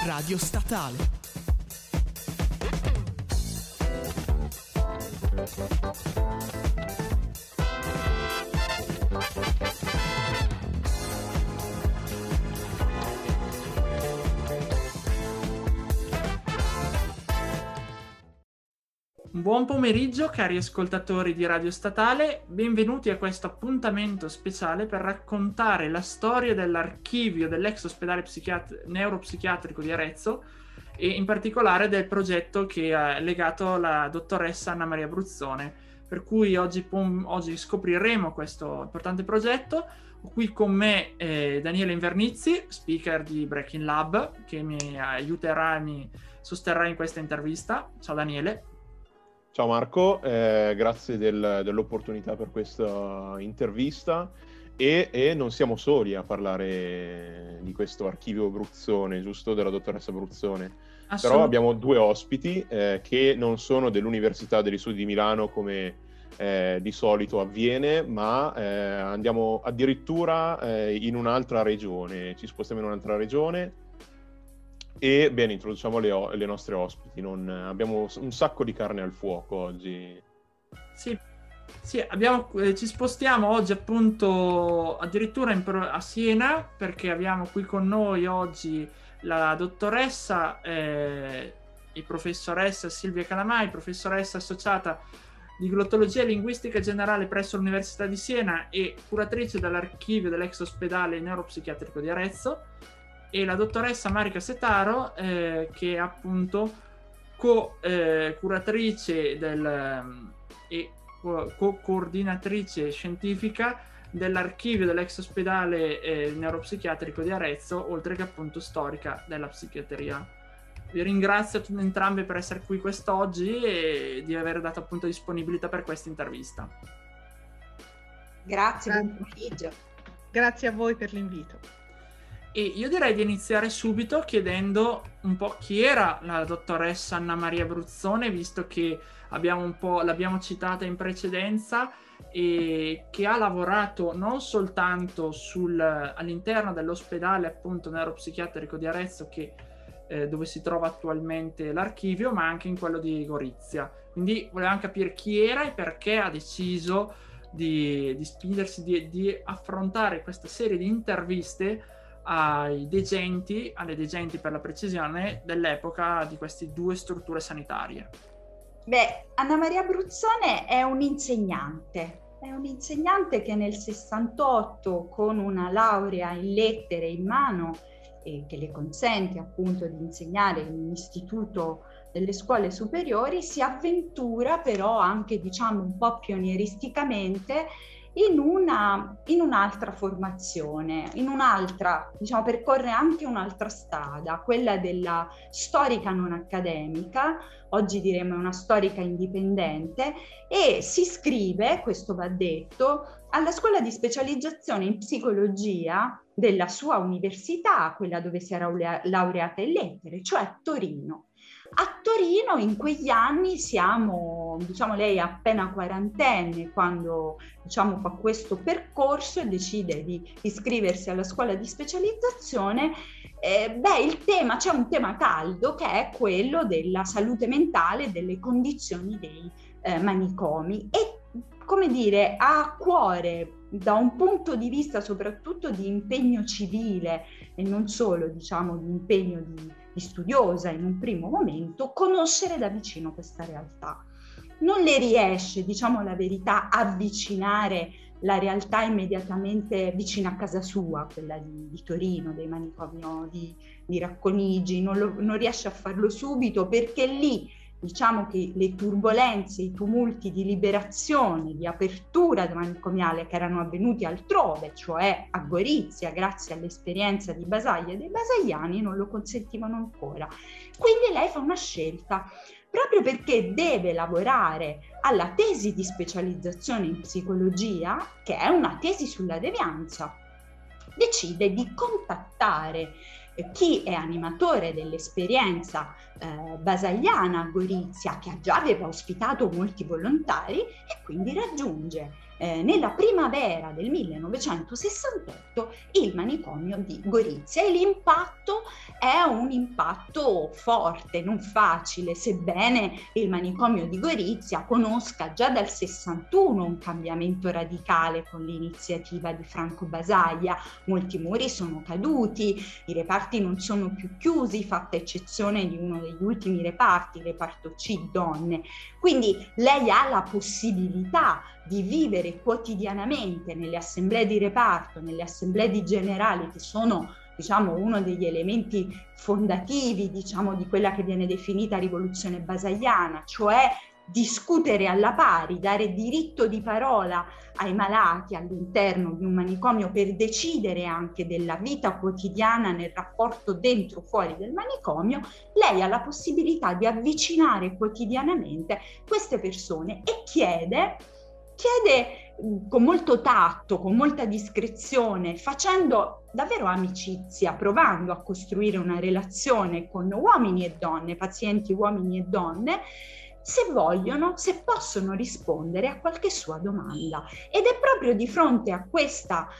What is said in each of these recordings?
Radio Statale. Buon pomeriggio cari ascoltatori di Radio Statale, benvenuti a questo appuntamento speciale per raccontare la storia dell'archivio dell'ex ospedale neuropsichiatrico di Arezzo e in particolare del progetto che è legato alla dottoressa Anna Maria Bruzzone, per cui oggi scopriremo questo importante progetto. Ho qui con me Daniele Invernizzi, speaker di Breaking Lab, che mi aiuterà e mi sosterrà in questa intervista. Ciao Daniele. Ciao Marco, grazie dell'opportunità per questa intervista e non siamo soli a parlare di questo archivio Bruzzone, giusto? Della dottoressa Bruzzone. Però abbiamo due ospiti che non sono dell'Università degli Studi di Milano come di solito avviene, ma andiamo addirittura in un'altra regione, ci spostiamo in un'altra regione. E bene, introduciamo le nostre ospiti. Abbiamo un sacco di carne al fuoco oggi. Sì, ci spostiamo oggi appunto addirittura a Siena, perché abbiamo qui con noi oggi la dottoressa e professoressa Silvia Calamai, professoressa associata di glottologia e linguistica generale presso l'Università di Siena e curatrice dell'archivio dell'ex ospedale neuropsichiatrico di Arezzo, e la dottoressa Marica Setaro, che è appunto curatrice e coordinatrice scientifica dell'archivio dell'ex ospedale neuropsichiatrico di Arezzo, oltre che appunto storica della psichiatria. Vi ringrazio entrambe per essere qui quest'oggi e di aver dato appunto disponibilità per questa intervista. Grazie, buon pomeriggio. Grazie a voi per l'invito. E io direi di iniziare subito chiedendo un po' chi era la dottoressa Anna Maria Bruzzone, visto che l'abbiamo citata in precedenza, e che ha lavorato non soltanto all'interno dell'ospedale appunto neuropsichiatrico di Arezzo, dove si trova attualmente l'archivio, ma anche in quello di Gorizia. Quindi volevamo capire chi era e perché ha deciso di spingersi, di affrontare questa serie di interviste alle degenti per la precisione dell'epoca di queste due strutture sanitarie. Anna Maria Bruzzone è un insegnante che nel 68, con una laurea in lettere in mano e che le consente appunto di insegnare in un istituto delle scuole superiori, si avventura però anche un po' pionieristicamente in un'altra formazione, percorre anche un'altra strada, quella della storica non accademica, oggi diremmo una storica indipendente, e si iscrive, questo va detto, alla scuola di specializzazione in psicologia della sua università, quella dove si era laureata in lettere, cioè a Torino. A Torino in quegli anni lei è appena quarantenne quando fa questo percorso e decide di iscriversi alla scuola di specializzazione. C'è un tema caldo che è quello della salute mentale, delle condizioni dei manicomi e, ha a cuore, da un punto di vista soprattutto di impegno civile e non solo di impegno di studiosa in un primo momento, conoscere da vicino questa realtà. Non le riesce, la verità, avvicinare la realtà immediatamente vicina a casa sua, quella di Torino, dei manicomi di Racconigi, non riesce a farlo subito perché lì che le turbolenze, i tumulti di liberazione, di apertura manicomiale che erano avvenuti altrove, cioè a Gorizia, grazie all'esperienza di Basaglia e dei basagliani, non lo consentivano ancora. Quindi lei fa una scelta, proprio perché deve lavorare alla tesi di specializzazione in psicologia, che è una tesi sulla devianza. Decide di contattare chi è animatore dell'esperienza basagliana a Gorizia, che già aveva ospitato molti volontari, e quindi raggiunge nella primavera del 1968 il manicomio di Gorizia, e l'impatto è un impatto forte, non facile, sebbene il manicomio di Gorizia conosca già dal 61 un cambiamento radicale con l'iniziativa di Franco Basaglia. Molti muri sono caduti, i reparti non sono più chiusi, fatta eccezione di uno degli ultimi reparti, il reparto C donne. Quindi lei ha la possibilità di vivere quotidianamente nelle assemblee di reparto, nelle assemblee di generali, che sono, diciamo, uno degli elementi fondativi, diciamo, di quella che viene definita rivoluzione basagliana, cioè discutere alla pari, dare diritto di parola ai malati all'interno di un manicomio per decidere anche della vita quotidiana nel rapporto dentro o fuori del manicomio. Lei ha la possibilità di avvicinare quotidianamente queste persone e chiede con molto tatto, con molta discrezione, facendo davvero amicizia, provando a costruire una relazione con uomini e donne, pazienti uomini e donne, se vogliono, se possono rispondere a qualche sua domanda. Ed è proprio di fronte a questa,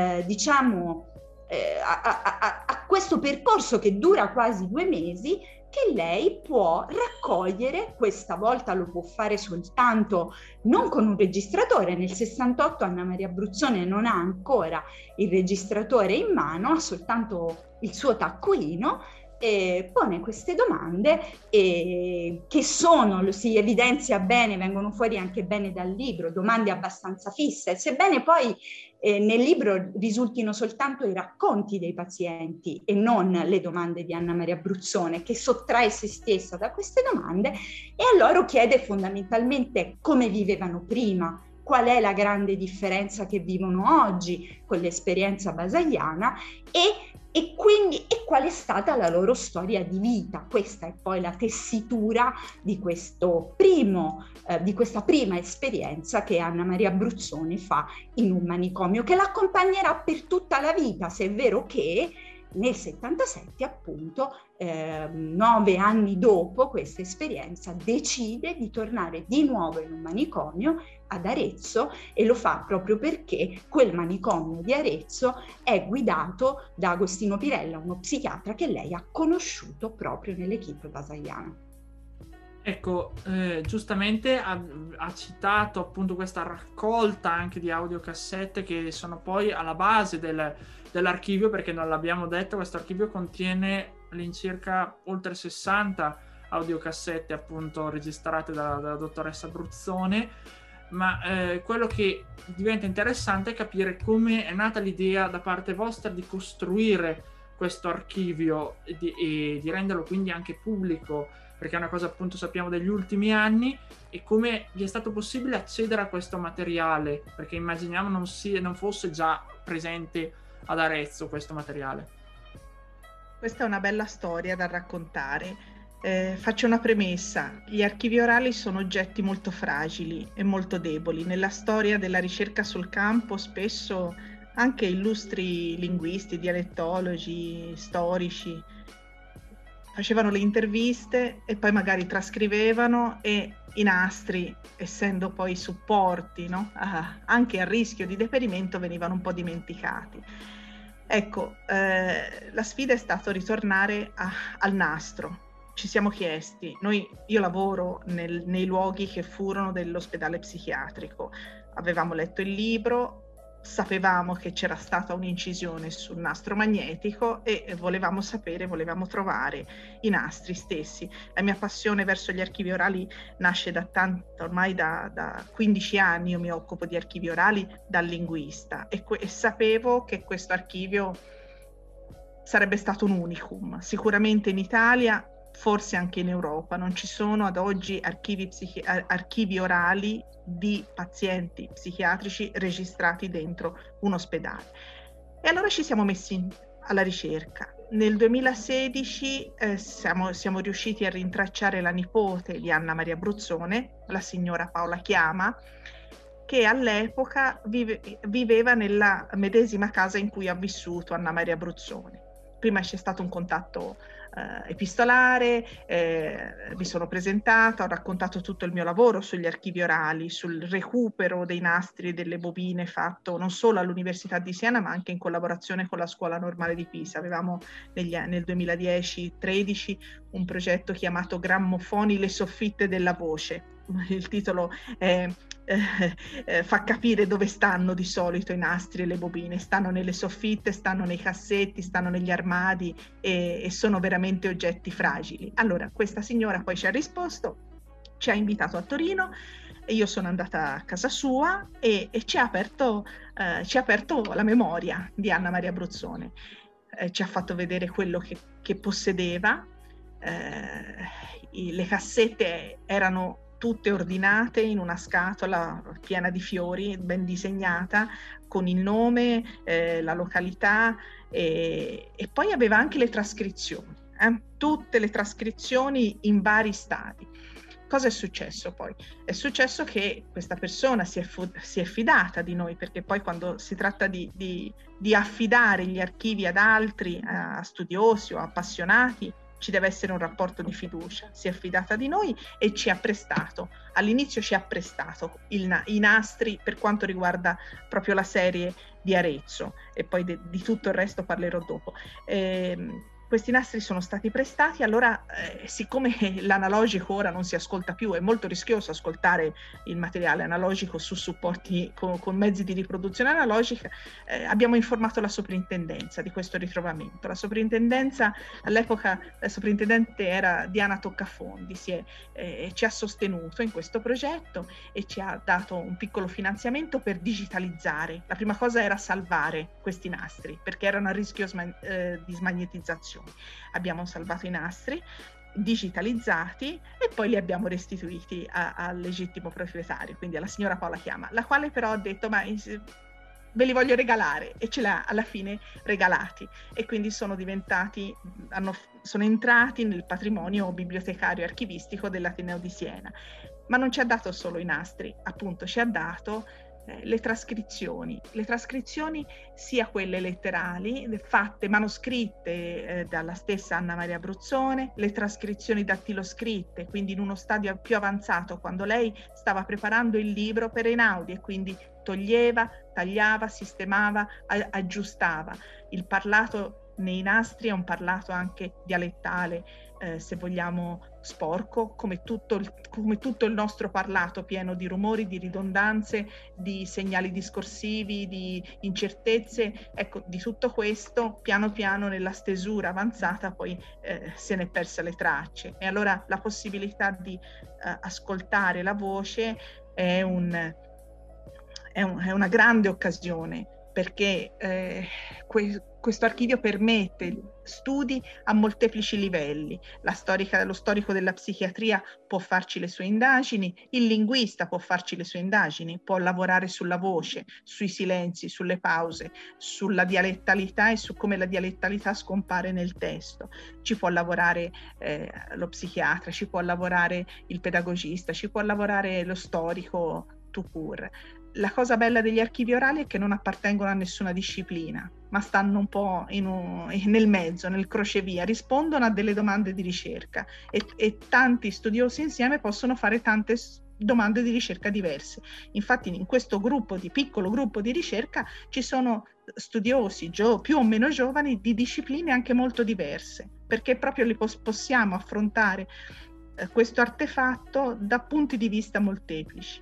a questo percorso che dura quasi 2 mesi, che lei può raccogliere, questa volta lo può fare soltanto non con un registratore. Nel 68 Anna Maria Bruzzone non ha ancora il registratore in mano, ha soltanto il suo taccuino, e pone queste domande che sono, lo si evidenzia bene, vengono fuori anche bene dal libro, domande abbastanza fisse, sebbene poi nel libro risultino soltanto i racconti dei pazienti e non le domande di Anna Maria Bruzzone, che sottrae se stessa da queste domande, e a loro chiede fondamentalmente come vivevano prima, qual è la grande differenza che vivono oggi con l'esperienza basagliana e qual è stata la loro storia di vita. Questa è poi la tessitura di questa prima esperienza che Anna Maria Bruzzone fa in un manicomio, che l'accompagnerà per tutta la vita, se è vero che nel 77, appunto, 9 anni dopo questa esperienza, decide di tornare di nuovo in un manicomio ad Arezzo, e lo fa proprio perché quel manicomio di Arezzo è guidato da Agostino Pirella, uno psichiatra che lei ha conosciuto proprio nell'equipe basagliana. Ecco, giustamente ha citato appunto questa raccolta anche di audiocassette che sono poi alla base dell'archivio, perché non l'abbiamo detto, questo archivio contiene all'incirca oltre 60 audiocassette appunto registrate dalla dottoressa Bruzzone, ma quello che diventa interessante è capire come è nata l'idea da parte vostra di costruire questo archivio e di renderlo quindi anche pubblico, perché è una cosa appunto sappiamo degli ultimi anni, e come vi è stato possibile accedere a questo materiale, perché immaginiamo non fosse già presente ad Arezzo questo materiale. Questa è una bella storia da raccontare. Faccio una premessa: gli archivi orali sono oggetti molto fragili e molto deboli. Nella storia della ricerca sul campo spesso anche illustri linguisti, dialettologi, storici facevano le interviste e poi magari trascrivevano, e i nastri, essendo poi supporti, no? Anche a rischio di deperimento, venivano un po' dimenticati. Ecco, la sfida è stato ritornare al nastro. Ci siamo chiesti, io lavoro nei luoghi che furono dell'ospedale psichiatrico, avevamo letto il libro, sapevamo che c'era stata un'incisione sul nastro magnetico e volevamo trovare i nastri stessi. La mia passione verso gli archivi orali nasce ormai da 15 anni. Io mi occupo di archivi orali da linguista e sapevo che questo archivio sarebbe stato un unicum, sicuramente in Italia, forse anche in Europa. Non ci sono ad oggi archivi orali di pazienti psichiatrici registrati dentro un ospedale. E allora ci siamo messi alla ricerca. Nel 2016 siamo riusciti a rintracciare la nipote di Anna Maria Bruzzone, la signora Paola Chiama, che all'epoca viveva nella medesima casa in cui ha vissuto Anna Maria Bruzzone. prima c'è stato un contatto epistolare, mi sono presentata, ho raccontato tutto il mio lavoro sugli archivi orali, sul recupero dei nastri e delle bobine fatto non solo all'Università di Siena ma anche in collaborazione con la Scuola Normale di Pisa. Avevamo nel 2010-13 un progetto chiamato Grammofoni, le soffitte della voce. Il titolo fa capire dove stanno di solito i nastri e le bobine. Stanno nelle soffitte, stanno nei cassetti, stanno negli armadi e sono veramente oggetti fragili. Allora questa signora poi ci ha risposto, ci ha invitato a Torino e io sono andata a casa sua e ci ha aperto la memoria di Anna Maria Bruzzone. Ci ha fatto vedere quello che possedeva. Le cassette erano tutte ordinate in una scatola piena di fiori, ben disegnata, con il nome, la località e poi aveva anche le trascrizioni, tutte le trascrizioni in vari stadi. Cosa è successo poi? È successo che questa persona si è fidata di noi, perché poi quando si tratta di affidare gli archivi ad altri, a studiosi o appassionati, ci deve essere un rapporto di fiducia. Si è fidata di noi e all'inizio ci ha prestato i nastri per quanto riguarda proprio la serie di Arezzo, e poi di tutto il resto parlerò dopo. Questi nastri sono stati prestati, allora siccome l'analogico ora non si ascolta più, è molto rischioso ascoltare il materiale analogico su supporti con mezzi di riproduzione analogica, abbiamo informato la soprintendenza di questo ritrovamento. La soprintendenza, all'epoca la soprintendente era Diana Toccafondi, ci ha sostenuto in questo progetto e ci ha dato un piccolo finanziamento per digitalizzare. La prima cosa era salvare questi nastri, perché erano a rischio di smagnetizzazione. Abbiamo salvato i nastri, digitalizzati e poi li abbiamo restituiti al legittimo proprietario, quindi alla signora Paola Chiama, la quale però ha detto ma ve li voglio regalare, e ce l'ha alla fine regalati, e quindi sono entrati nel patrimonio bibliotecario e archivistico dell'Ateneo di Siena. Ma non ci ha dato solo i nastri, appunto ci ha dato le trascrizioni sia quelle letterali, fatte, manoscritte dalla stessa Anna Maria Bruzzone, le trascrizioni dattiloscritte, quindi in uno stadio più avanzato, quando lei stava preparando il libro per Einaudi e quindi toglieva, tagliava, sistemava, aggiustava. Il parlato nei nastri è un parlato anche dialettale, se vogliamo sporco, come tutto il nostro parlato, pieno di rumori, di ridondanze, di segnali discorsivi, di incertezze. Ecco, di tutto questo piano piano nella stesura avanzata poi se ne è persa le tracce, e allora la possibilità di ascoltare la voce è una grande occasione, perché questo archivio permette studi a molteplici livelli. Lo storico della psichiatria può farci le sue indagini, il linguista può farci le sue indagini, può lavorare sulla voce, sui silenzi, sulle pause, sulla dialettalità e su come la dialettalità scompare nel testo. Ci può lavorare lo psichiatra, ci può lavorare il pedagogista, ci può lavorare lo storico tout court. La cosa bella degli archivi orali è che non appartengono a nessuna disciplina, ma stanno un po' nel mezzo, nel crocevia, rispondono a delle domande di ricerca e tanti studiosi insieme possono fare tante domande di ricerca diverse. Infatti in questo piccolo gruppo di ricerca ci sono studiosi più o meno giovani di discipline anche molto diverse, perché proprio li possiamo affrontare questo artefatto da punti di vista molteplici.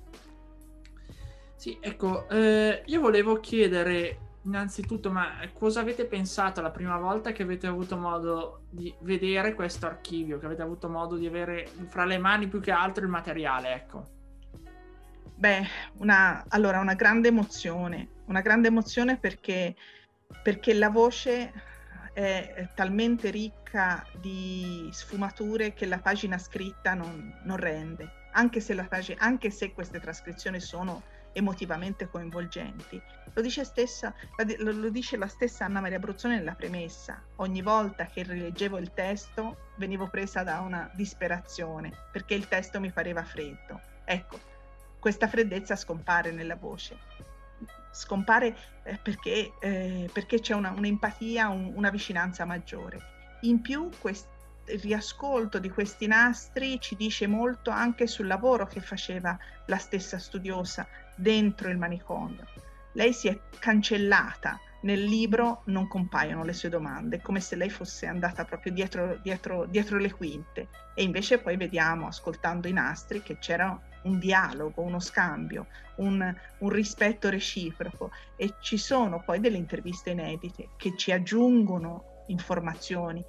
Sì, ecco, io volevo chiedere innanzitutto, ma cosa avete pensato la prima volta che avete avuto modo di vedere questo archivio, che avete avuto modo di avere fra le mani più che altro il materiale, ecco? Beh, una grande emozione perché la voce è talmente ricca di sfumature che la pagina scritta non rende, anche se queste trascrizioni sono emotivamente coinvolgenti. Lo dice la stessa Anna Maria Bruzzone nella premessa. Ogni volta che rileggevo il testo venivo presa da una disperazione, perché il testo mi pareva freddo. Ecco, questa freddezza scompare nella voce. scompare perché c'è un'empatia, una vicinanza maggiore. In più il riascolto di questi nastri ci dice molto anche sul lavoro che faceva la stessa studiosa dentro il manicomio. Lei si è cancellata, nel libro non compaiono le sue domande, è come se lei fosse andata proprio dietro le quinte, e invece poi vediamo, ascoltando i nastri, che c'era un dialogo, uno scambio, un rispetto reciproco, e ci sono poi delle interviste inedite che ci aggiungono informazioni.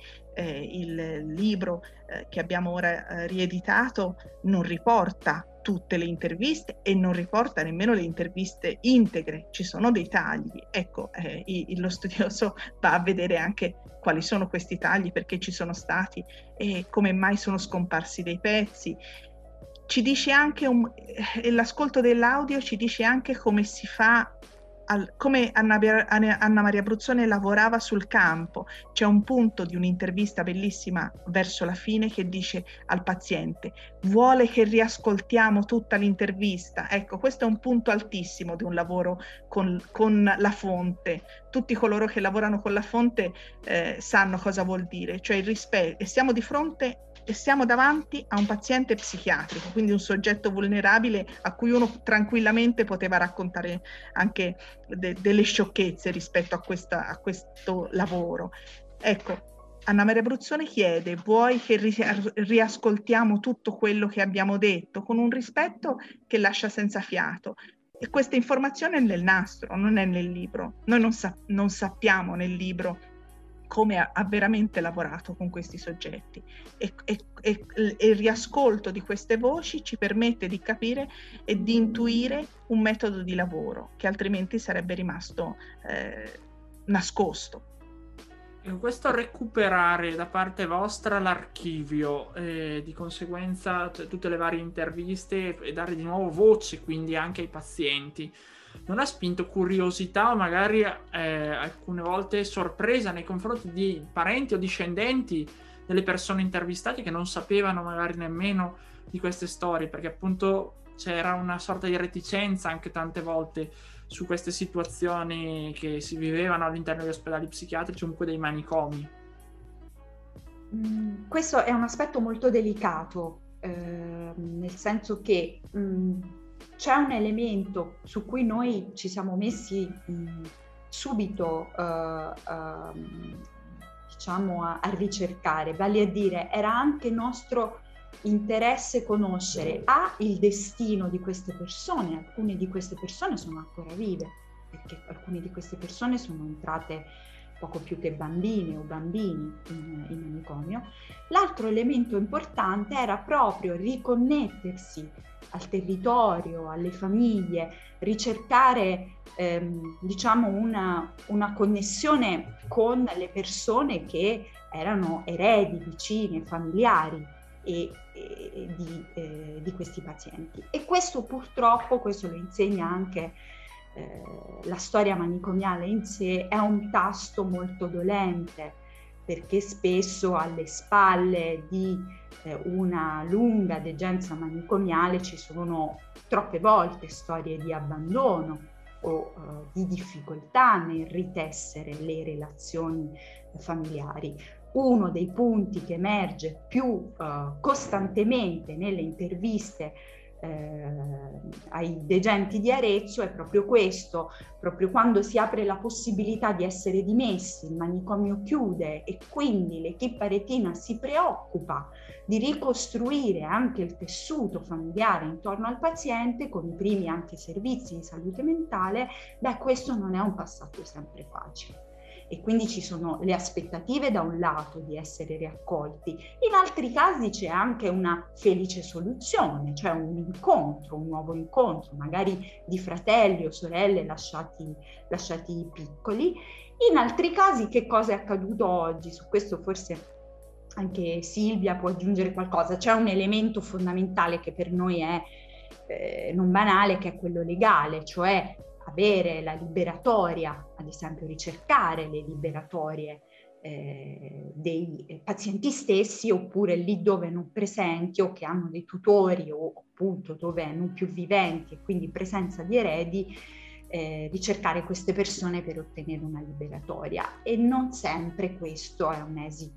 Il libro che abbiamo ora rieditato non riporta tutte le interviste e non riporta nemmeno le interviste integre, ci sono dei tagli. Ecco, lo studioso va a vedere anche quali sono questi tagli, perché ci sono stati e come mai sono scomparsi dei pezzi. Ci dice anche l'ascolto dell'audio ci dice anche come si fa, come Anna Maria Bruzzone lavorava sul campo. C'è un punto di un'intervista bellissima verso la fine che dice al paziente: vuole che riascoltiamo tutta l'intervista? Ecco, questo è un punto altissimo di un lavoro con la fonte. Tutti coloro che lavorano con la fonte sanno cosa vuol dire, cioè il rispetto, e siamo davanti a un paziente psichiatrico, quindi un soggetto vulnerabile a cui uno tranquillamente poteva raccontare anche delle sciocchezze rispetto a questo lavoro. Ecco, Anna Maria Bruzzone chiede: vuoi che riascoltiamo tutto quello che abbiamo detto, con un rispetto che lascia senza fiato. E questa informazione è nel nastro, non è nel libro. Noi non sappiamo nel libro come ha veramente lavorato con questi soggetti, e il riascolto di queste voci ci permette di capire e di intuire un metodo di lavoro che altrimenti sarebbe rimasto nascosto. E con questo recuperare da parte vostra l'archivio, di conseguenza tutte le varie interviste, e dare di nuovo voce quindi anche ai pazienti, non ha spinto curiosità o magari alcune volte sorpresa nei confronti di parenti o discendenti delle persone intervistate che non sapevano magari nemmeno di queste storie, perché appunto c'era una sorta di reticenza anche tante volte su queste situazioni che si vivevano all'interno degli ospedali psichiatrici, comunque dei manicomi? Questo è un aspetto molto delicato, nel senso che c'è un elemento su cui noi ci siamo messi subito diciamo a ricercare, vale a dire era anche nostro interesse conoscere il destino di queste persone. Alcune di queste persone sono ancora vive, perché alcune di queste persone sono entrate poco più che bambine o bambini in manicomio. L'altro elemento importante era proprio riconnettersi al territorio, alle famiglie, ricercare diciamo una connessione con le persone che erano eredi, vicine, familiari di questi pazienti. E questo purtroppo, questo lo insegna anche la storia manicomiale in sé, è un tasto molto dolente, perché spesso alle spalle di una lunga degenza manicomiale ci sono troppe volte storie di abbandono o di difficoltà nel ritessere le relazioni familiari. Uno dei punti che emerge più costantemente nelle interviste ai degenti di Arezzo è proprio questo: proprio quando si apre la possibilità di essere dimessi, il manicomio chiude e quindi l'equipe aretina si preoccupa di ricostruire anche il tessuto familiare intorno al paziente con i primi anche servizi di salute mentale. Questo non è un passaggio sempre facile. E quindi ci sono le aspettative da un lato di essere riaccolti, in altri casi c'è anche una felice soluzione, cioè un incontro, un nuovo incontro, magari di fratelli o sorelle lasciati piccoli. In altri casi che cosa è accaduto oggi? Su questo forse anche Silvia può aggiungere qualcosa. C'è un elemento fondamentale che per noi è non banale, che è quello legale, cioè avere la liberatoria, ad esempio ricercare le liberatorie dei pazienti stessi, oppure lì dove non presenti o che hanno dei tutori o appunto dove non più viventi e quindi presenza di eredi, ricercare queste persone per ottenere una liberatoria, e non sempre questo è un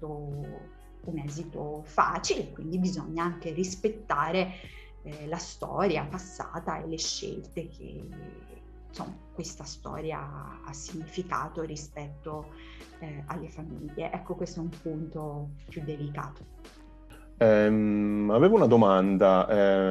esito facile, quindi bisogna anche rispettare la storia passata e le scelte che insomma questa storia ha significato rispetto alle famiglie. Ecco, questo è un punto più delicato. Avevo una domanda,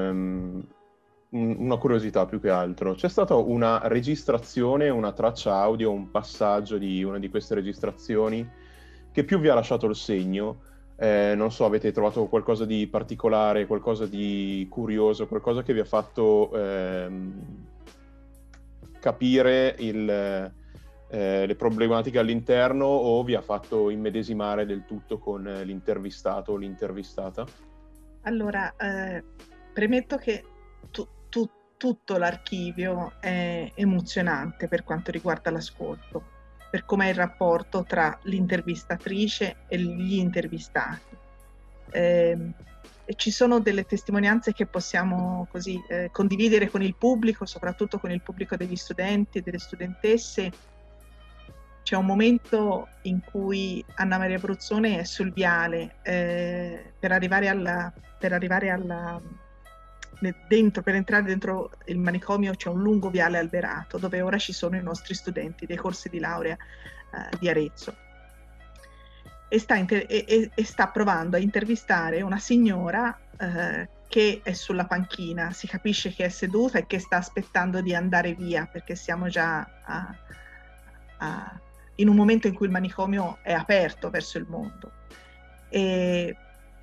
una curiosità più che altro. C'è stata una registrazione, una traccia audio, un passaggio di una di queste registrazioni che più vi ha lasciato il segno? Non so, avete trovato qualcosa di particolare, qualcosa di curioso, qualcosa che vi ha fatto capire le problematiche all'interno, o vi ha fatto immedesimare del tutto con l'intervistato o l'intervistata? Allora, premetto che tutto l'archivio è emozionante per quanto riguarda l'ascolto, per come è il rapporto tra l'intervistatrice e gli intervistati. Ci sono delle testimonianze che possiamo così condividere con il pubblico, soprattutto con il pubblico degli studenti e delle studentesse. C'è un momento in cui Anna Maria Bruzzone è sul viale per entrare dentro il manicomio. C'è un lungo viale alberato dove ora ci sono i nostri studenti dei corsi di laurea di Arezzo, e sta provando a intervistare una signora che è sulla panchina. Si capisce che è seduta e che sta aspettando di andare via, perché siamo già in un momento in cui il manicomio è aperto verso il mondo, e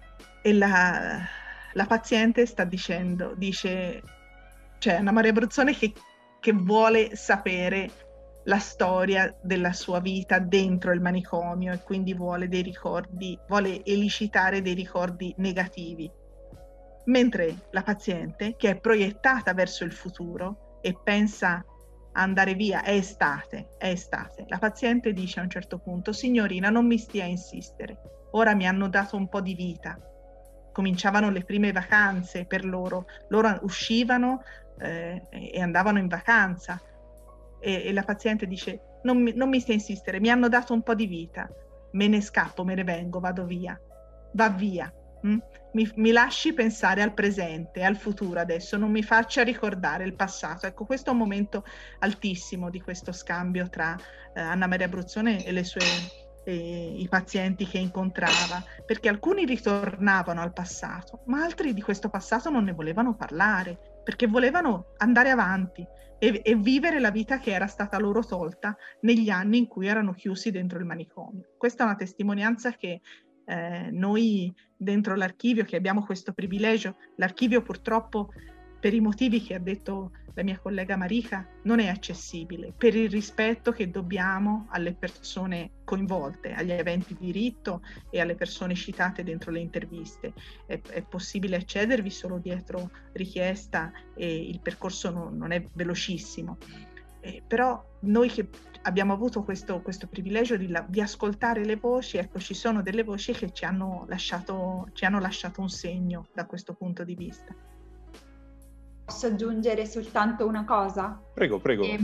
la paziente dice Anna Maria Bruzzone che vuole sapere la storia della sua vita dentro il manicomio, e quindi vuole elicitare dei ricordi negativi, mentre la paziente, che è proiettata verso il futuro e pensa andare via, è estate. La paziente dice a un certo punto: signorina, non mi stia a insistere, ora mi hanno dato un po' di vita. Cominciavano le prime vacanze per loro uscivano e andavano in vacanza, e la paziente dice: non mi stia a insistere, mi hanno dato un po' di vita, me ne scappo, me ne vengo, vado via, va via. Mi lasci pensare al presente e al futuro adesso, non mi faccia ricordare il passato. Ecco, questo è un momento altissimo di questo scambio tra Anna Maria Bruzzone e i pazienti che incontrava, perché alcuni ritornavano al passato, ma altri di questo passato non ne volevano parlare, perché volevano andare avanti e vivere la vita che era stata loro tolta negli anni in cui erano chiusi dentro il manicomio. Questa è una testimonianza che noi dentro l'archivio, che abbiamo questo privilegio, l'archivio purtroppo, per i motivi che ha detto la mia collega Marica, non è accessibile, per il rispetto che dobbiamo alle persone coinvolte, agli aventi diritto e alle persone citate dentro le interviste. È possibile accedervi solo dietro richiesta, e il percorso non è velocissimo. Però noi che abbiamo avuto questo privilegio di ascoltare le voci, ecco, ci sono delle voci che ci hanno lasciato un segno da questo punto di vista. Posso aggiungere soltanto una cosa? Prego.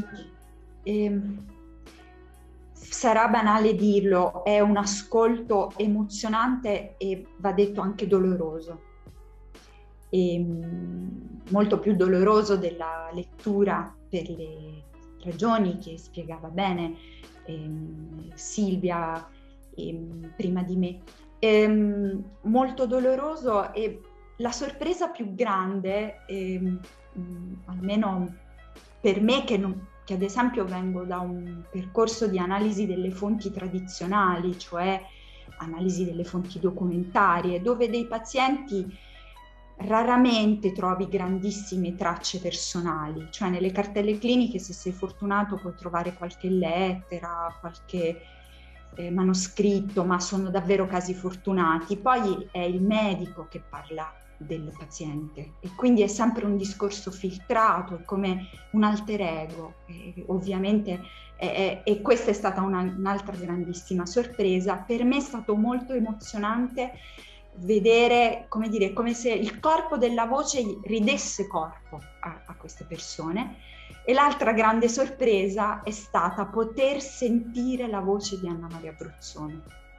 Sarà banale dirlo, è un ascolto emozionante e va detto anche doloroso. Molto più doloroso della lettura, per le ragioni che spiegava bene Silvia prima di me. Molto doloroso, e la sorpresa più grande, almeno per me che ad esempio vengo da un percorso di analisi delle fonti tradizionali, cioè analisi delle fonti documentarie, dove dei pazienti raramente trovi grandissime tracce personali, cioè nelle cartelle cliniche, se sei fortunato, puoi trovare qualche lettera, qualche manoscritto, ma sono davvero casi fortunati. Poi è il medico che parla del paziente, e quindi è sempre un discorso filtrato, è come un alter ego, ovviamente, e questa è stata un'altra grandissima sorpresa. Per me è stato molto emozionante vedere, come se il corpo della voce ridesse corpo a queste persone, E l'altra grande sorpresa è stata poter sentire la voce di Anna Maria Bruzzone,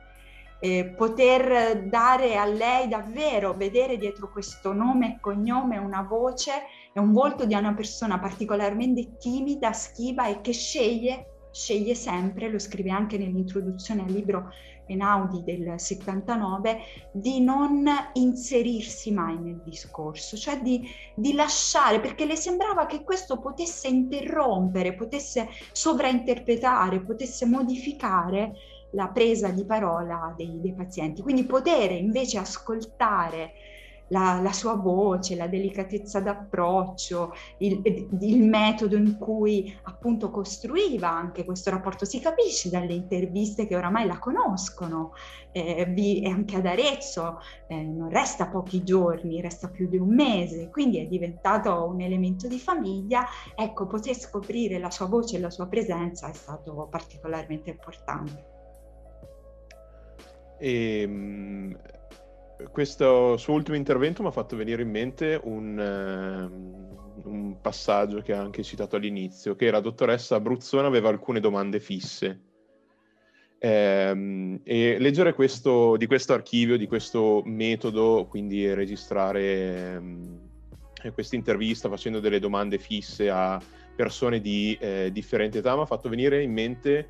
poter dare a lei davvero, vedere dietro questo nome e cognome una voce e un volto di una persona particolarmente timida, schiva e che sceglie sempre, lo scrive anche nell'introduzione al libro Einaudi del 79, di non inserirsi mai nel discorso, cioè di lasciare, perché le sembrava che questo potesse interrompere, potesse sovrainterpretare, potesse modificare la presa di parola dei pazienti. Quindi poter invece ascoltare la sua voce, la delicatezza d'approccio, il metodo in cui appunto costruiva anche questo rapporto. Si capisce dalle interviste che oramai la conoscono, e anche ad Arezzo non resta pochi giorni, resta più di un mese, quindi è diventato un elemento di famiglia. Ecco, poter scoprire la sua voce e la sua presenza è stato particolarmente importante. Questo suo ultimo intervento mi ha fatto venire in mente un passaggio che ha anche citato all'inizio, che la dottoressa Bruzzone aveva alcune domande fisse. E leggere di questo archivio, di questo metodo, quindi registrare questa intervista facendo delle domande fisse a persone di differente età, mi ha fatto venire in mente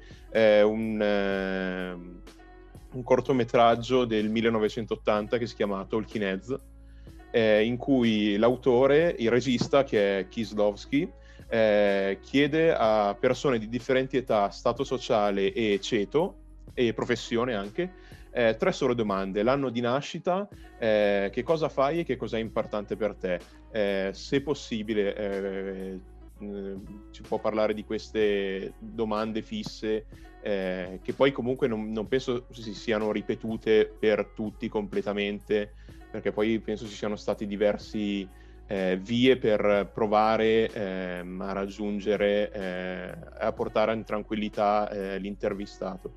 un cortometraggio del 1980 che si chiama Talking Heads, in cui l'autore, il regista, che è Kieslowski, chiede a persone di differenti età, stato sociale e ceto, e professione anche, 3 sole domande: l'anno di nascita, che cosa fai e che cosa è importante per te. Se possibile, ci può parlare di queste domande fisse, che poi comunque non penso si siano ripetute per tutti completamente, perché poi penso ci siano stati diversi vie per provare a raggiungere, a portare in tranquillità l'intervistato.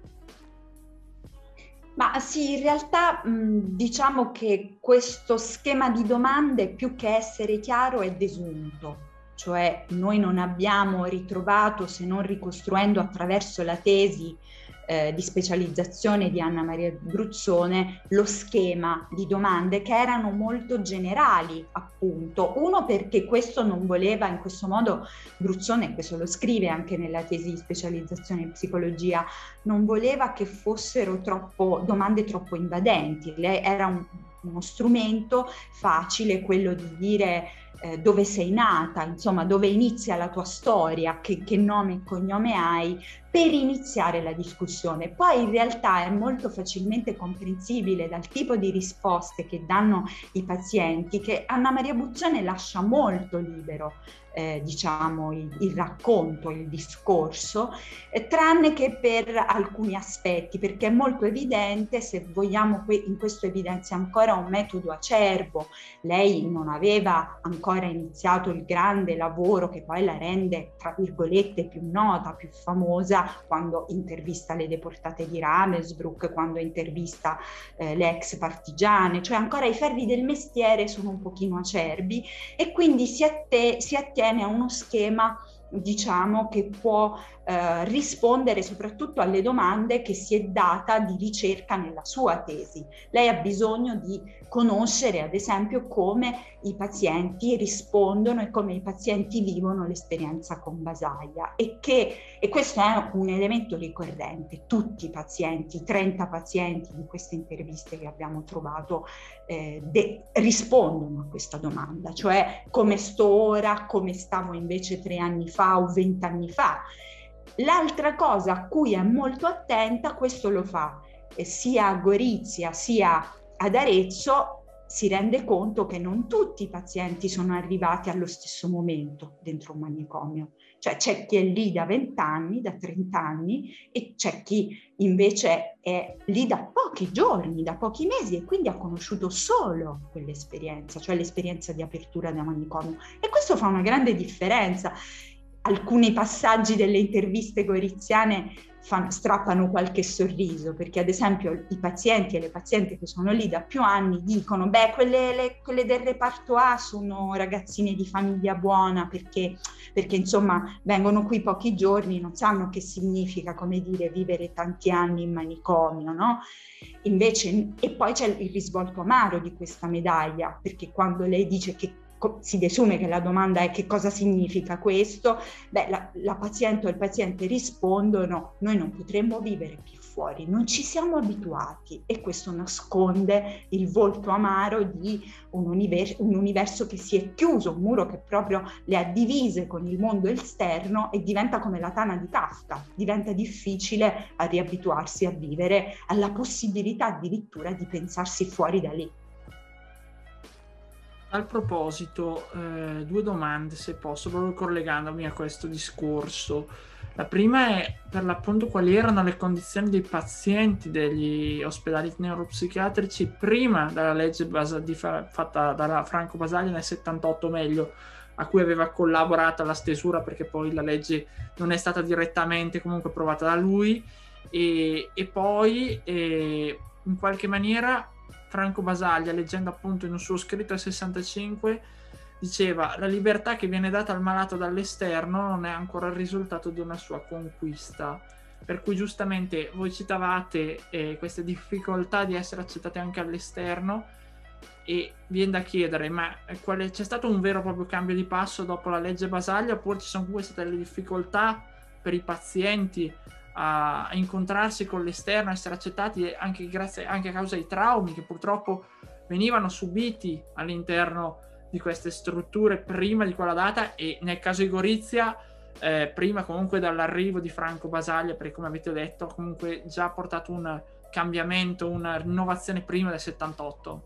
Ma sì, in realtà diciamo che questo schema di domande, più che essere chiaro, è desunto. Cioè noi non abbiamo ritrovato, se non ricostruendo attraverso la tesi di specializzazione di Anna Maria Bruzzone, lo schema di domande che erano molto generali, appunto. Uno, perché questo non voleva, in questo modo Bruzzone, questo lo scrive anche nella tesi di specializzazione in psicologia, non voleva che fossero domande troppo invadenti. Lei era uno strumento facile, quello di dire dove sei nata, insomma dove inizia la tua storia, che nome e cognome hai, per iniziare la discussione. Poi in realtà è molto facilmente comprensibile dal tipo di risposte che danno i pazienti che Anna Maria Bruzzone lascia molto libero diciamo il racconto, il discorso, tranne che per alcuni aspetti, perché è molto evidente, se vogliamo, in questo evidenzia ancora un metodo acerbo. Lei non aveva ancora iniziato il grande lavoro che poi la rende, tra virgolette, più nota, più famosa, quando intervista le deportate di Ravensbrück, quando intervista le ex partigiane, cioè ancora i ferri del mestiere sono un pochino acerbi, e quindi si attiene a uno schema, diciamo, che può rispondere soprattutto alle domande che si è data di ricerca nella sua tesi. Lei ha bisogno di conoscere, ad esempio, come i pazienti rispondono e come i pazienti vivono l'esperienza con Basaglia, e questo è un elemento ricorrente. Tutti i pazienti, 30 pazienti di queste interviste che abbiamo trovato rispondono a questa domanda, cioè come sto ora, come stavo invece 3 anni fa o 20 anni fa. L'altra cosa a cui è molto attenta, questo lo fa sia a Gorizia sia ad Arezzo, si rende conto che non tutti i pazienti sono arrivati allo stesso momento dentro un manicomio. Cioè c'è chi è lì da 20 anni, da 30 anni, e c'è chi invece è lì da pochi giorni, da pochi mesi, e quindi ha conosciuto solo quell'esperienza, cioè l'esperienza di apertura da manicomio. E questo fa una grande differenza. alcuni passaggi delle interviste goriziane strappano qualche sorriso, perché ad esempio i pazienti e le pazienti che sono lì da più anni dicono quelle del reparto A sono ragazzine di famiglia buona, perché insomma vengono qui pochi giorni, non sanno che significa, come dire, vivere tanti anni in manicomio, no? Invece, e poi c'è il risvolto amaro di questa medaglia, perché quando lei dice che si desume che la domanda è che cosa significa questo, la paziente o il paziente rispondono: noi non potremmo vivere più fuori, non ci siamo abituati, e questo nasconde il volto amaro di un universo che si è chiuso, un muro che proprio le ha divise con il mondo esterno, e diventa come la tana di Kafka, diventa difficile a riabituarsi a vivere, alla possibilità addirittura di pensarsi fuori da lì. Al proposito, 2 domande se posso, proprio collegandomi a questo discorso. La prima è per l'appunto quali erano le condizioni dei pazienti degli ospedali neuropsichiatrici prima della legge fatta da Franco Basaglia nel 78, meglio, a cui aveva collaborato alla stesura, perché poi la legge non è stata direttamente comunque approvata da lui, e poi in qualche maniera Franco Basaglia, leggendo appunto in un suo scritto del 65, diceva: la libertà che viene data al malato dall'esterno non è ancora il risultato di una sua conquista. Per cui giustamente voi citavate queste difficoltà di essere accettate anche all'esterno, e viene da chiedere: ma c'è stato un vero e proprio cambio di passo dopo la legge Basaglia, oppure ci sono comunque state delle difficoltà per i pazienti a incontrarsi con l'esterno, a essere accettati anche a causa dei traumi che purtroppo venivano subiti all'interno di queste strutture prima di quella data, e nel caso di Gorizia prima comunque dall'arrivo di Franco Basaglia, perché come avete detto comunque già ha portato un cambiamento, una rinnovazione prima del 78.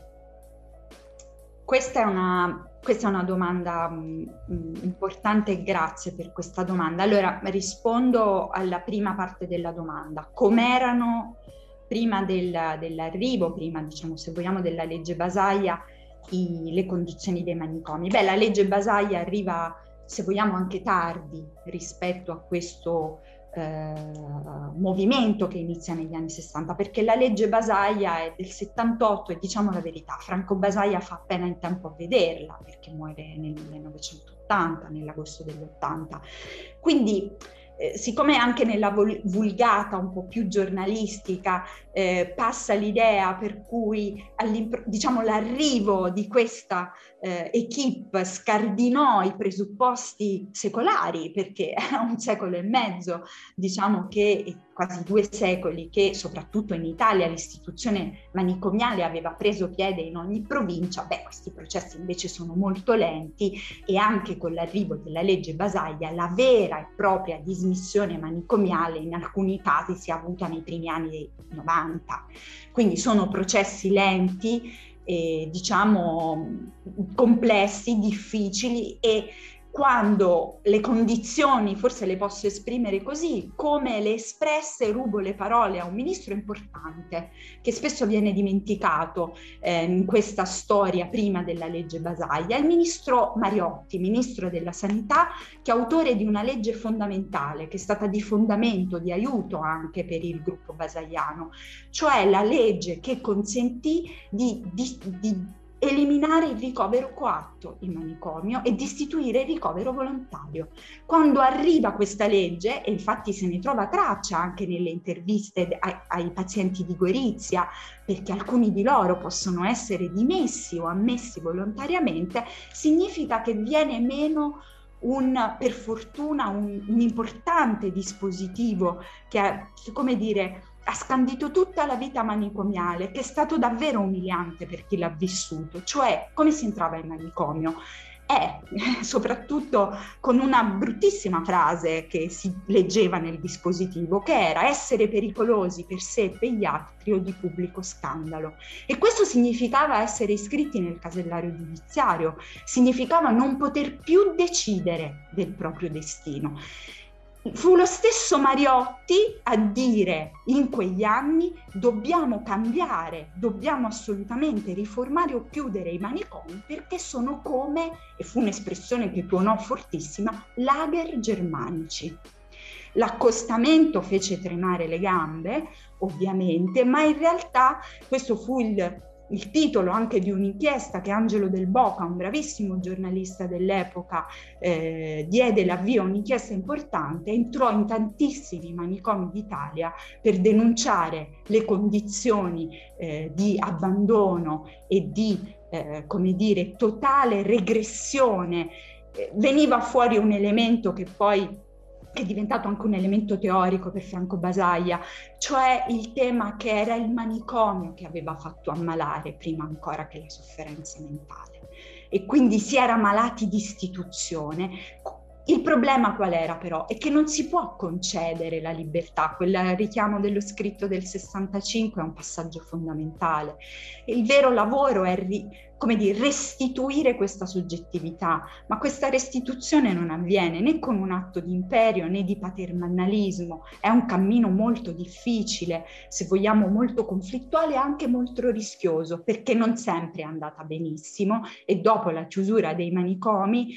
Questa è una domanda importante, e grazie per questa domanda. Allora, rispondo alla prima parte della domanda. Com'erano prima dell'arrivo, prima, diciamo, se vogliamo, della legge Basaglia, le condizioni dei manicomi? La legge Basaglia arriva, se vogliamo, anche tardi rispetto a questo movimento che inizia negli anni 60, perché la legge Basaglia è del 78 e, diciamo la verità, Franco Basaglia fa appena in tempo a vederla, perché muore nel 1980, nell'agosto degli 80. Quindi siccome anche nella vulgata un po' più giornalistica passa l'idea per cui diciamo l'arrivo di questa equipe scardinò i presupposti secolari, perché era un secolo e mezzo, diciamo che quasi 2 secoli, che soprattutto in Italia l'istituzione manicomiale aveva preso piede in ogni provincia. Questi processi invece sono molto lenti, e anche con l'arrivo della legge Basaglia la vera e propria dismissione manicomiale in alcuni casi si è avuta nei primi anni dei 90. Quindi sono processi lenti, diciamo complessi, difficili, e quando le condizioni, forse le posso esprimere così, come le espresse, rubo le parole a un ministro importante che spesso viene dimenticato in questa storia prima della legge Basaglia, il ministro Mariotti, ministro della Sanità, che è autore di una legge fondamentale che è stata di fondamento, di aiuto anche per il gruppo basagliano, cioè la legge che consentì di eliminare il ricovero coatto in manicomio e di istituire il ricovero volontario. Quando arriva questa legge, e infatti se ne trova traccia anche nelle interviste ai pazienti di Gorizia, perché alcuni di loro possono essere dimessi o ammessi volontariamente, significa che viene meno per fortuna un importante dispositivo che ha, come dire, ha scandito tutta la vita manicomiale, che è stato davvero umiliante per chi l'ha vissuto. Cioè, come si entrava in manicomio? Soprattutto con una bruttissima frase che si leggeva nel dispositivo, che era essere pericolosi per sé e per gli altri o di pubblico scandalo. E questo significava essere iscritti nel casellario giudiziario, significava non poter più decidere del proprio destino. fu lo stesso Mariotti a dire in quegli anni: dobbiamo cambiare, dobbiamo assolutamente riformare o chiudere i manicomi perché sono come, e fu un'espressione che tuonò fortissima, lager germanici. L'accostamento fece tremare le gambe, ovviamente, ma in realtà questo fu il titolo anche di un'inchiesta che Angelo Del Boca, un bravissimo giornalista dell'epoca, diede l'avvio a un'inchiesta importante, entrò in tantissimi manicomi d'Italia per denunciare le condizioni di abbandono e di, come dire, totale regressione. Veniva fuori un elemento che poi è diventato anche un elemento teorico per Franco Basaglia, cioè il tema che era il manicomio che aveva fatto ammalare prima ancora che la sofferenza mentale. E quindi si era malati di istituzione. Il problema qual era però? È che non si può concedere la libertà, quel richiamo dello scritto del 65 è un passaggio fondamentale. Il vero lavoro è restituire questa soggettività, ma questa restituzione non avviene né con un atto di imperio né di paternalismo, è un cammino molto difficile, se vogliamo molto conflittuale e anche molto rischioso, perché non sempre è andata benissimo e dopo la chiusura dei manicomi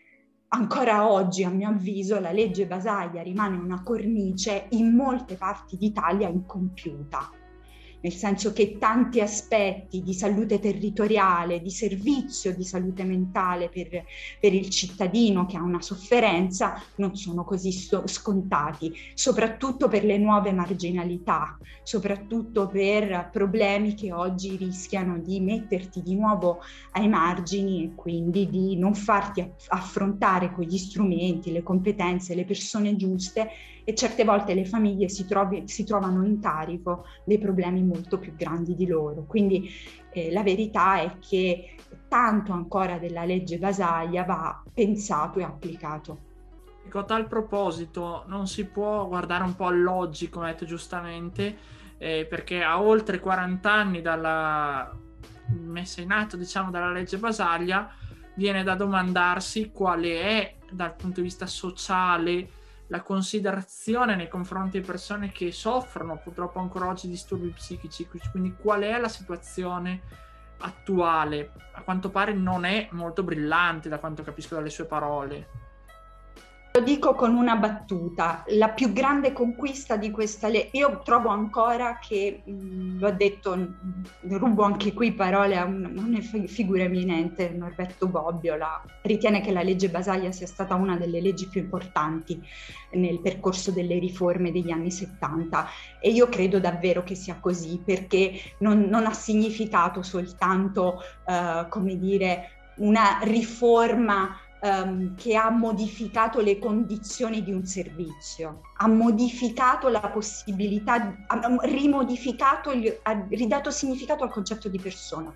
ancora oggi, a mio avviso, la legge Basaglia rimane una cornice in molte parti d'Italia incompiuta, nel senso che tanti aspetti di salute territoriale, di servizio di salute mentale per il cittadino che ha una sofferenza non sono così scontati, soprattutto per le nuove marginalità, soprattutto per problemi che oggi rischiano di metterti di nuovo ai margini e quindi di non farti affrontare con gli strumenti, le competenze, le persone giuste, e certe volte le famiglie si trovano in carico dei problemi molto più grandi di loro. Quindi la verità è che tanto ancora della legge Basaglia va pensato e applicato. Ecco, a tal proposito non si può guardare un po' all'oggi, come hai detto giustamente, perché a oltre 40 anni dalla messa in atto, diciamo, dalla legge Basaglia, viene da domandarsi quale è, dal punto di vista sociale, la considerazione nei confronti di persone che soffrono purtroppo ancora oggi disturbi psichici, quindi qual è la situazione attuale. A quanto pare non è molto brillante, da quanto capisco dalle sue parole. Lo dico con una battuta, la più grande conquista di questa legge, io trovo ancora che, l'ho detto, rubo anche qui parole a una figura eminente, Norberto Bobbio, ritiene che la legge Basaglia sia stata una delle leggi più importanti nel percorso delle riforme degli anni 70 e io credo davvero che sia così, perché non ha significato soltanto, come dire, una riforma che ha modificato le condizioni di un servizio, ha modificato la possibilità, ha rimodificato, ha ridato significato al concetto di persona.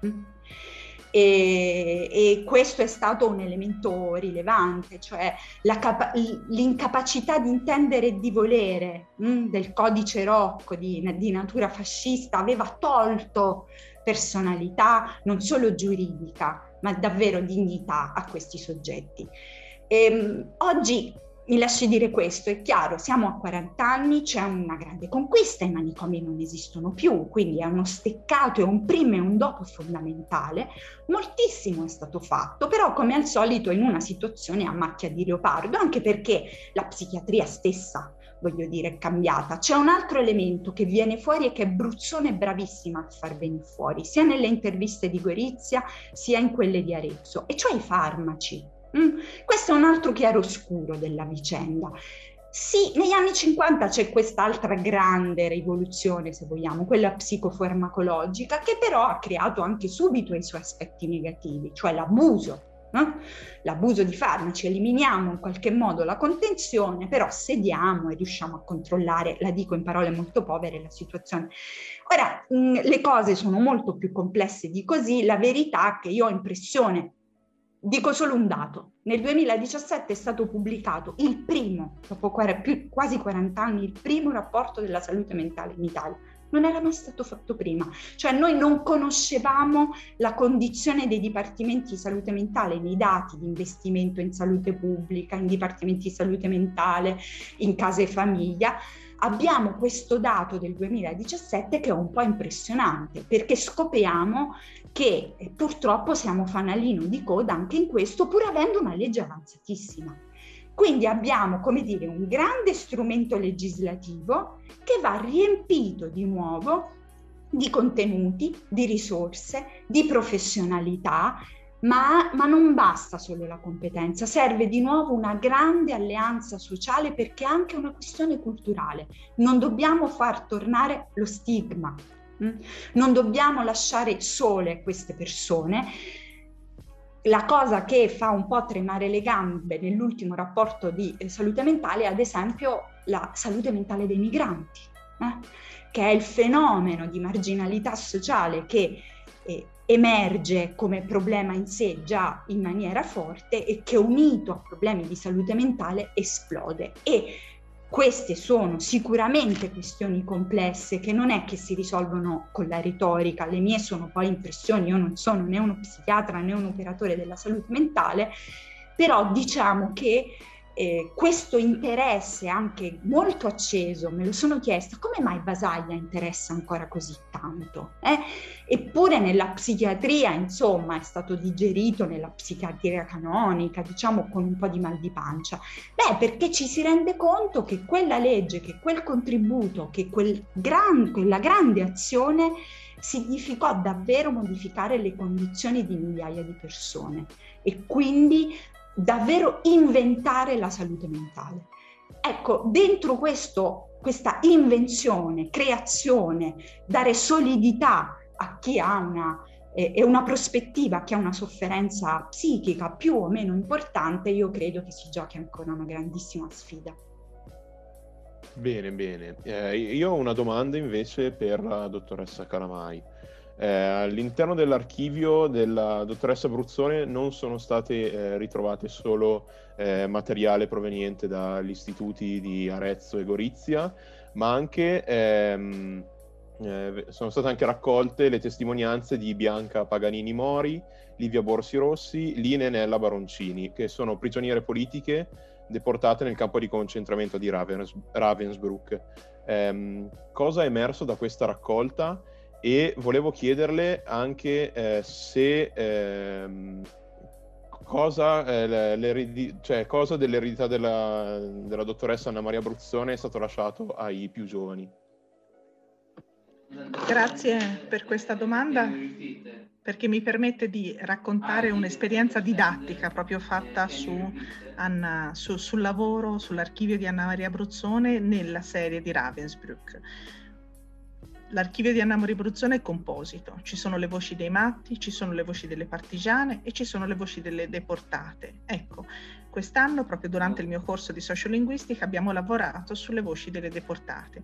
E questo è stato un elemento rilevante, cioè l'incapacità di intendere e di volere del codice Rocco di natura fascista aveva tolto personalità non solo giuridica, ma davvero dignità a questi soggetti. Oggi mi lasci dire questo, è chiaro, siamo a 40 anni, c'è una grande conquista, i manicomi non esistono più, quindi è uno steccato, è un prima e un dopo fondamentale, moltissimo è stato fatto, però come al solito in una situazione a macchia di leopardo, anche perché la psichiatria stessa, voglio dire, è cambiata. C'è un altro elemento che viene fuori e che Bruzzone è bravissima a far venire fuori, sia nelle interviste di Gorizia, sia in quelle di Arezzo, e cioè i farmaci. Questo è un altro chiaroscuro della vicenda. Sì, negli anni 50 c'è quest'altra grande rivoluzione, se vogliamo, quella psicofarmacologica, che però ha creato anche subito i suoi aspetti negativi, cioè l'abuso. L'abuso di farmaci, eliminiamo in qualche modo la contenzione, però sediamo e riusciamo a controllare, la dico in parole molto povere, la situazione. Ora, le cose sono molto più complesse di così, la verità è che io ho impressione, dico solo un dato, nel 2017 è stato pubblicato il primo, dopo quasi 40 anni, il primo rapporto della salute mentale in Italia. non era mai stato fatto prima. Cioè noi non conoscevamo la condizione dei dipartimenti di salute mentale nei dati di investimento in salute pubblica, in dipartimenti di salute mentale, in case e famiglia. Abbiamo questo dato del 2017 che è un po' impressionante, perché scopriamo che purtroppo siamo fanalino di coda anche in questo, pur avendo una legge avanzatissima. Quindi abbiamo, come dire, un grande strumento legislativo che va riempito di nuovo di contenuti, di risorse, di professionalità, ma non basta solo la competenza, serve di nuovo una grande alleanza sociale, perché è anche una questione culturale. Non dobbiamo far tornare lo stigma, non dobbiamo lasciare sole queste persone. La cosa che fa un po' tremare le gambe nell'ultimo rapporto di salute mentale è ad esempio la salute mentale dei migranti, che è il fenomeno di marginalità sociale che emerge come problema in sé già in maniera forte e che unito a problemi di salute mentale esplode. E queste sono sicuramente questioni complesse che non è che si risolvono con la retorica. Le mie sono poi impressioni, io non sono né uno psichiatra né un operatore della salute mentale, però diciamo che questo interesse anche molto acceso, me lo sono chiesta, come mai Basaglia interessa ancora così tanto? Eppure nella psichiatria, insomma, è stato digerito nella psichiatria canonica, diciamo con un po' di mal di pancia. Beh, perché ci si rende conto che quella legge, che quel contributo, che quella grande azione significò davvero modificare le condizioni di migliaia di persone e quindi davvero inventare la salute mentale. Ecco, dentro questa invenzione, creazione, dare solidità a chi ha una prospettiva, a chi ha una sofferenza psichica più o meno importante, io credo che si giochi ancora una grandissima sfida. Bene, bene. Io ho una domanda invece per la dottoressa Calamai. All'interno dell'archivio della dottoressa Bruzzone non sono state ritrovate solo materiale proveniente dagli istituti di Arezzo e Gorizia, ma anche sono state anche raccolte le testimonianze di Bianca Paganini Mori, Livia Borsi Rossi, Line Nella Baroncini, che sono prigioniere politiche deportate nel campo di concentramento di Ravensbrück. Cosa è emerso da questa raccolta? E volevo chiederle anche cosa dell'eredità della dottoressa Anna Maria Bruzzone è stato lasciato ai più giovani. Grazie per questa domanda, perché mi permette di raccontare un'esperienza didattica proprio fatta sul lavoro, sull'archivio di Anna Maria Bruzzone nella serie di Ravensbrück. L'archivio di Anna Maria Bruzzone è composito, ci sono le voci dei matti, ci sono le voci delle partigiane e ci sono le voci delle deportate. Ecco, quest'anno, proprio durante il mio corso di sociolinguistica, abbiamo lavorato sulle voci delle deportate.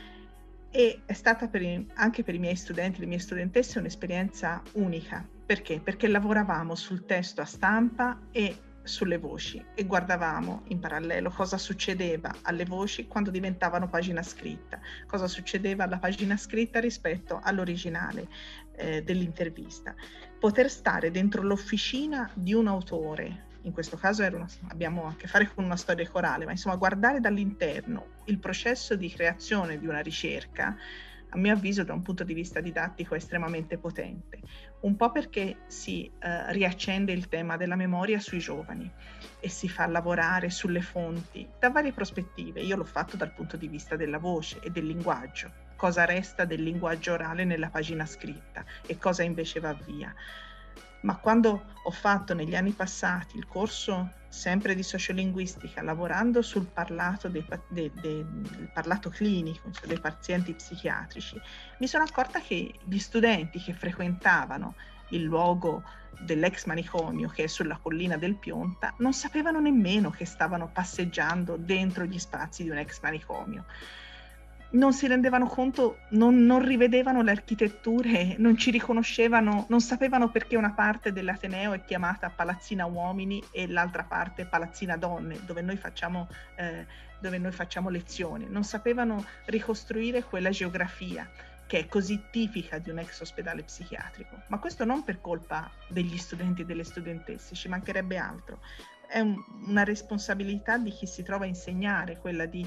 E è stata anche per i miei studenti, le mie studentesse, un'esperienza unica. Perché? Perché lavoravamo sul testo a stampa e sulle voci e guardavamo in parallelo cosa succedeva alle voci quando diventavano pagina scritta, cosa succedeva alla pagina scritta rispetto all'originale dell'intervista. Poter stare dentro l'officina di un autore, in questo caso abbiamo a che fare con una storia corale, ma insomma guardare dall'interno il processo di creazione di una ricerca, a mio avviso da un punto di vista didattico è estremamente potente, un po' perché si riaccende il tema della memoria sui giovani e si fa lavorare sulle fonti da varie prospettive. Io l'ho fatto dal punto di vista della voce e del linguaggio, cosa resta del linguaggio orale nella pagina scritta e cosa invece va via. Ma quando ho fatto negli anni passati il corso sempre di sociolinguistica, lavorando sul parlato, del parlato clinico, cioè dei pazienti psichiatrici, mi sono accorta che gli studenti che frequentavano il luogo dell'ex manicomio, che è sulla collina del Pionta, non sapevano nemmeno che stavano passeggiando dentro gli spazi di un ex manicomio. Non si rendevano conto, non rivedevano le architetture, non ci riconoscevano, non sapevano perché una parte dell'Ateneo è chiamata Palazzina Uomini e l'altra parte Palazzina Donne, dove noi facciamo lezioni. Non sapevano ricostruire quella geografia che è così tipica di un ex ospedale psichiatrico, ma questo non per colpa degli studenti e delle studentesse, ci mancherebbe altro. È una responsabilità di chi si trova a insegnare, quella di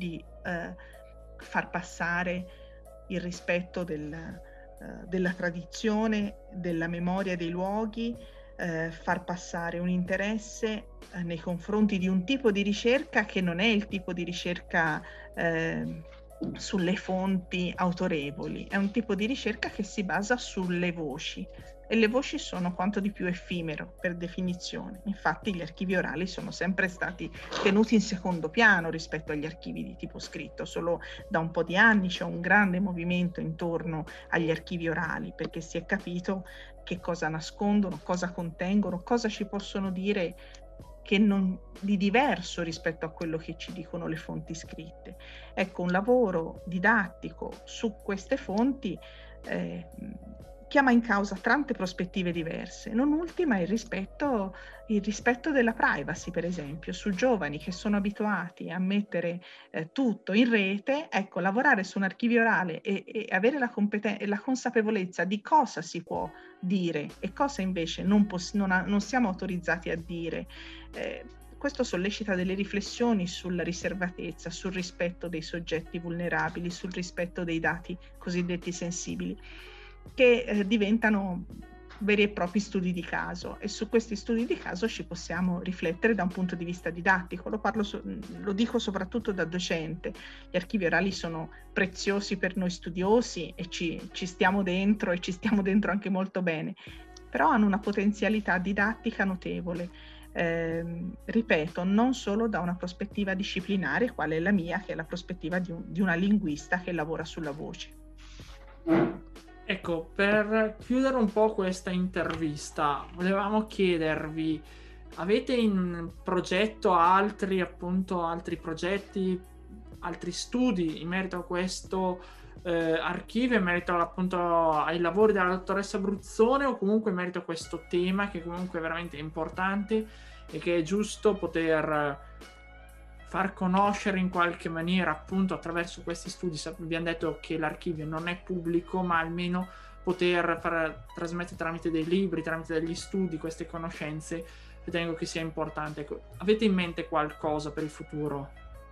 far passare il rispetto della tradizione, della memoria dei luoghi, far passare un interesse nei confronti di un tipo di ricerca che non è il tipo di ricerca sulle fonti autorevoli, è un tipo di ricerca che si basa sulle voci, e le voci sono quanto di più effimero per definizione. Infatti gli archivi orali sono sempre stati tenuti in secondo piano rispetto agli archivi di tipo scritto. Solo da un po' di anni c'è un grande movimento intorno agli archivi orali, perché si è capito che cosa nascondono, cosa contengono, cosa ci possono dire di diverso rispetto a quello che ci dicono le fonti scritte. Ecco, un lavoro didattico su queste fonti chiama in causa tante prospettive diverse, non ultima il rispetto della privacy, per esempio, su giovani che sono abituati a mettere tutto in rete. Ecco, lavorare su un archivio orale e avere la consapevolezza di cosa si può dire e cosa invece non siamo autorizzati a dire. Questo sollecita delle riflessioni sulla riservatezza, sul rispetto dei soggetti vulnerabili, sul rispetto dei dati cosiddetti sensibili, che diventano veri e propri studi di caso, e su questi studi di caso ci possiamo riflettere da un punto di vista didattico. Lo dico soprattutto da docente. Gli archivi orali sono preziosi per noi studiosi e ci stiamo dentro, e ci stiamo dentro anche molto bene, però hanno una potenzialità didattica notevole. Ripeto, non solo da una prospettiva disciplinare, quale è la mia, che è la prospettiva di una linguista che lavora sulla voce. Ecco, per chiudere un po' questa intervista, volevamo chiedervi, avete in progetto altri progetti, altri studi in merito a questo archivio, in merito appunto ai lavori della dottoressa Bruzzone, o comunque in merito a questo tema che comunque è veramente importante e che è giusto poter far conoscere in qualche maniera, appunto attraverso questi studi? Abbiamo detto che l'archivio non è pubblico, ma almeno poter trasmettere tramite dei libri, tramite degli studi, queste conoscenze, ritengo che sia importante. Avete in mente qualcosa per il futuro?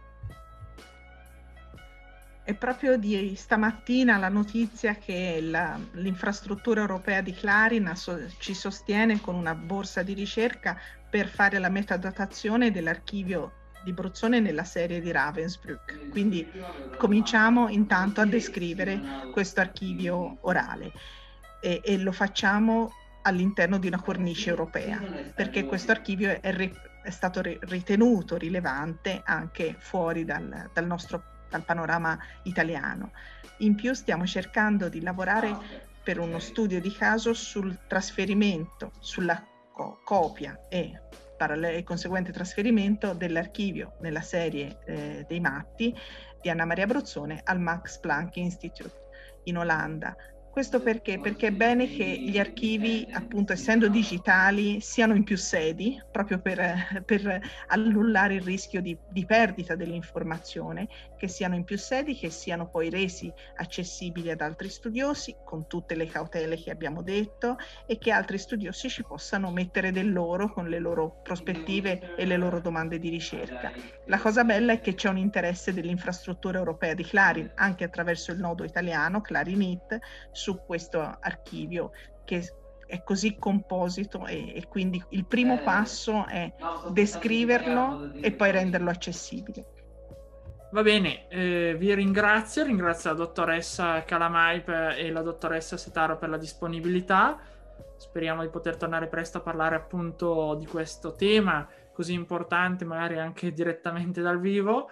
È proprio di stamattina la notizia che l'infrastruttura europea di Clarin ci sostiene con una borsa di ricerca per fare la metadatazione dell'archivio di Bruzzone nella serie di Ravensbrück. Quindi cominciamo intanto a descrivere questo archivio orale e lo facciamo all'interno di una cornice europea, perché questo archivio è stato ritenuto rilevante anche fuori dal panorama italiano. In più stiamo cercando di lavorare per uno studio di caso sul trasferimento, sulla copia e conseguente trasferimento dell'archivio nella serie dei matti di Anna Maria Bruzzone al Max Planck Institute in Olanda. Questo perché? Perché è bene che gli archivi, appunto essendo digitali, siano in più sedi, proprio per annullare il rischio di perdita dell'informazione, che siano in più sedi, che siano poi resi accessibili ad altri studiosi, con tutte le cautele che abbiamo detto, e che altri studiosi ci possano mettere del loro con le loro prospettive e le loro domande di ricerca. La cosa bella è che c'è un interesse dell'infrastruttura europea di Clarin, anche attraverso il nodo italiano Clarinit, su questo archivio che è così composito, e quindi il primo passo è descriverlo e poi renderlo accessibile. Va bene, vi ringrazio la dottoressa Calamai e la dottoressa Setaro per la disponibilità. Speriamo di poter tornare presto a parlare appunto di questo tema così importante, magari anche direttamente dal vivo.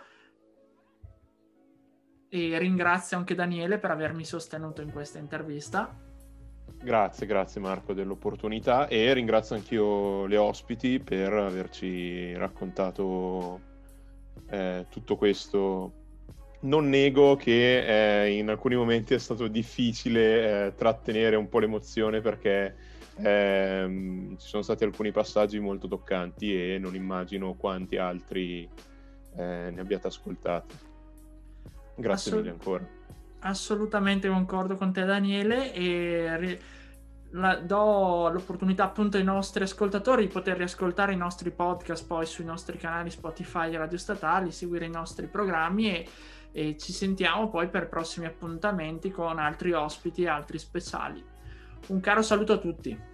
E ringrazio anche Daniele per avermi sostenuto in questa intervista. Grazie Marco dell'opportunità, e ringrazio anch'io le ospiti per averci raccontato tutto questo. Non nego che in alcuni momenti è stato difficile trattenere un po' l'emozione, perché ci sono stati alcuni passaggi molto toccanti e non immagino quanti altri ne abbiate ascoltati. Grazie mille ancora. Assolutamente concordo con te, Daniele, e do l'opportunità appunto ai nostri ascoltatori di poter riascoltare i nostri podcast poi sui nostri canali Spotify e Radio Statali, seguire i nostri programmi e ci sentiamo poi per prossimi appuntamenti con altri ospiti e altri speciali. Un caro saluto a tutti.